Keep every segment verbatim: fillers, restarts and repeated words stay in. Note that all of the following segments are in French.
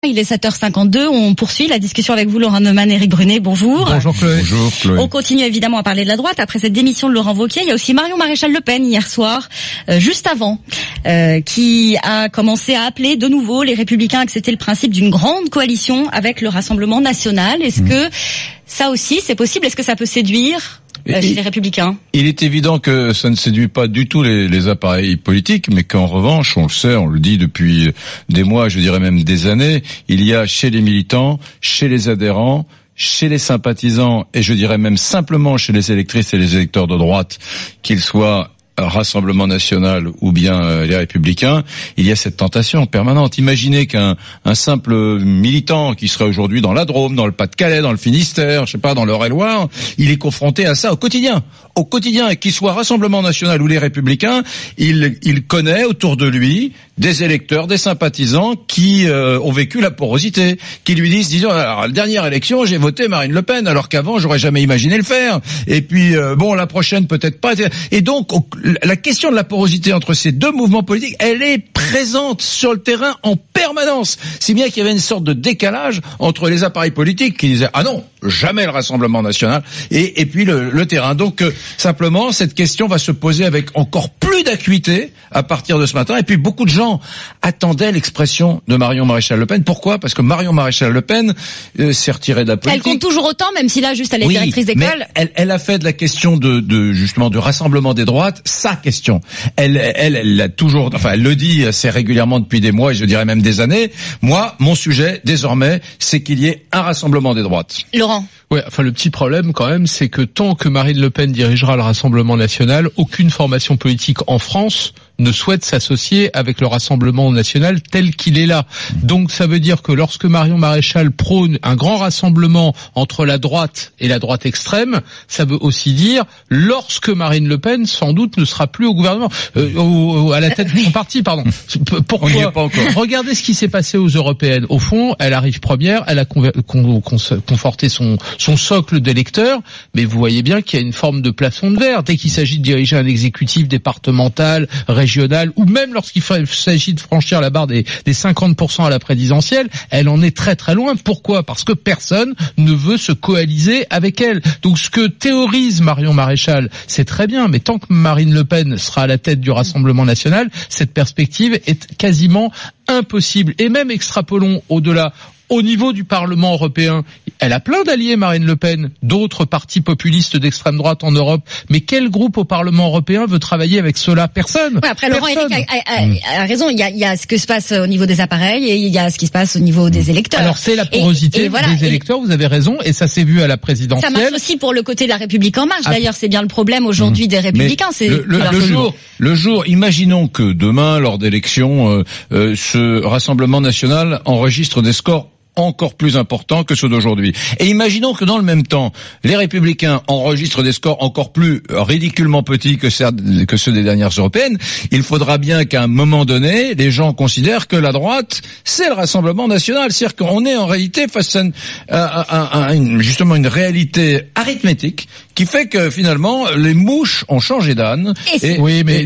Il est sept heures cinquante-deux, on poursuit la discussion avec vous, Laurent Neumann, Éric Brunet, bonjour. Bonjour Chloé. Bonjour Chloé. On continue évidemment à parler de la droite. Après cette démission de Laurent Wauquiez, il y a aussi Marion Maréchal Le Pen hier soir, euh, juste avant, euh, qui a commencé à appeler de nouveau les Républicains à accepter le principe d'une grande coalition avec le Rassemblement National. Est-ce mmh. que ça aussi c'est possible? Est-ce que ça peut séduire Euh, chez les Républicains? Il est évident que ça ne séduit pas du tout les, les appareils politiques, mais qu'en revanche, on le sait, on le dit depuis des mois, je dirais même des années, il y a chez les militants, chez les adhérents, chez les sympathisants, et je dirais même simplement chez les électrices et les électeurs de droite, qu'ils soient Rassemblement National ou bien euh, les Républicains, il y a cette tentation permanente. Imaginez qu'un un simple militant qui serait aujourd'hui dans la Drôme, dans le Pas-de-Calais, dans le Finistère, je sais pas, dans l'Eure-et-Loire, il est confronté à ça au quotidien. Au quotidien, et qu'il soit Rassemblement National ou les Républicains, il, il connaît autour de lui des électeurs, des sympathisants qui euh, ont vécu la porosité, qui lui disent, disons, alors, la dernière élection, j'ai voté Marine Le Pen, alors qu'avant, j'aurais jamais imaginé le faire. Et puis, euh, bon, la prochaine, peut-être pas. Et donc, au, la question de la porosité entre ces deux mouvements politiques, elle est présente sur le terrain en permanence. Si bien qu'il y avait une sorte de décalage entre les appareils politiques qui disaient, ah non, jamais le Rassemblement National, et, et puis le, le terrain. Donc, euh, simplement, cette question va se poser avec encore plus d'acuité à partir de ce matin. Et puis, beaucoup de gens attendaient l'expression de Marion Maréchal Le Pen. Pourquoi? Parce que Marion Maréchal Le Pen euh, s'est retirée de la politique. Elle compte toujours autant, même si là, juste, elle est oui, directrice d'école. Mais elle, elle a fait de la question de, de justement du rassemblement des droites sa question. Elle, elle, elle l'a toujours, enfin, elle le dit assez régulièrement depuis des mois, et je dirais même des années. Moi, mon sujet, désormais, c'est qu'il y ait un rassemblement des droites. Laurent. Ouais, enfin, le petit problème, quand même, c'est que tant que Marine Le Pen dirigera le Rassemblement National, aucune formation politique en France ne souhaite s'associer avec le Rassemblement National tel qu'il est là. Donc ça veut dire que lorsque Marion Maréchal prône un grand rassemblement entre la droite et la droite extrême, ça veut aussi dire lorsque Marine Le Pen sans doute ne sera plus au gouvernement, euh, au, à la tête de son parti, pardon. Pourquoi? On n'y est pas encore. Regardez ce qui s'est passé aux européennes. Au fond, elle arrive première, elle a conver- con- con- conforté son, son socle d'électeurs, mais vous voyez bien qu'il y a une forme de plafond de verre. Dès qu'il s'agit de diriger un exécutif départemental, régional, ou même lorsqu'il s'agit de franchir la barre des, des cinquante pour cent à la présidentielle, elle en est très très loin. Pourquoi? Parce que personne ne veut se coaliser avec elle. Donc ce que théorise Marion Maréchal, c'est très bien, mais tant que Marine Le Pen sera à la tête du Rassemblement National, cette perspective est quasiment impossible. Et même extrapolons au-delà. Au niveau du Parlement européen, elle a plein d'alliés, Marine Le Pen, d'autres partis populistes d'extrême droite en Europe. Mais quel groupe au Parlement européen veut travailler avec cela? Personne. Ouais, après, Laurent Éric a, a, a raison. Il y a, il y a ce que se passe au niveau des appareils et il y a ce qui se passe au niveau des électeurs. Alors c'est la porosité et, et voilà, des électeurs, et vous avez raison, et ça s'est vu à la présidentielle. Ça marche aussi pour le côté de la République en marche. D'ailleurs, c'est bien le problème aujourd'hui des Républicains. Mais c'est le, le, le jour, le jour, imaginons que demain, lors d'élections, euh, euh, ce Rassemblement National enregistre des scores encore plus important que ceux d'aujourd'hui. Et imaginons que dans le même temps, les Républicains enregistrent des scores encore plus ridiculement petits que ceux, que ceux des dernières européennes. Il faudra bien qu'à un moment donné, les gens considèrent que la droite, c'est le Rassemblement National. C'est-à-dire qu'on est en réalité face à, une, à, à, à une, justement une réalité arithmétique qui fait que finalement, les mouches ont changé d'âne. Et, et oui, mais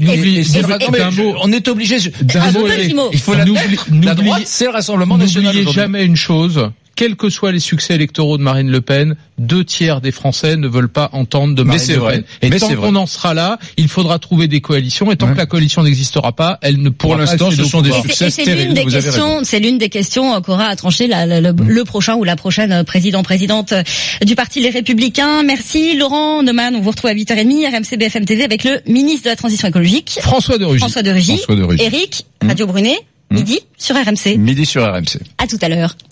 on est obligé d'un mot. Il faut la, la droite, c'est le Rassemblement National. N'oubliez jamais une chose. Quels que soient les succès électoraux de Marine Le Pen, deux tiers des Français ne veulent pas entendre de Marine Le Pen. Et Mais tant qu'on en sera là, il faudra trouver des coalitions. Et tant ouais. que la coalition n'existera pas, elle ne pourra pas. Pour l'instant, ce sont des succès terribles. Vous avez raison. C'est l'une des questions qu'aura à trancher la, la, le, mmh. le prochain ou la prochaine président présidente du parti Les Républicains. Merci Laurent Neumann. On vous retrouve à huit heures trente R M C B F M T V avec le ministre de la Transition écologique François de Rugy. François de Rugy. François de Rugy. Éric, Radio Brunet, mmh. midi sur R M C. Midi sur R M C. À tout à l'heure.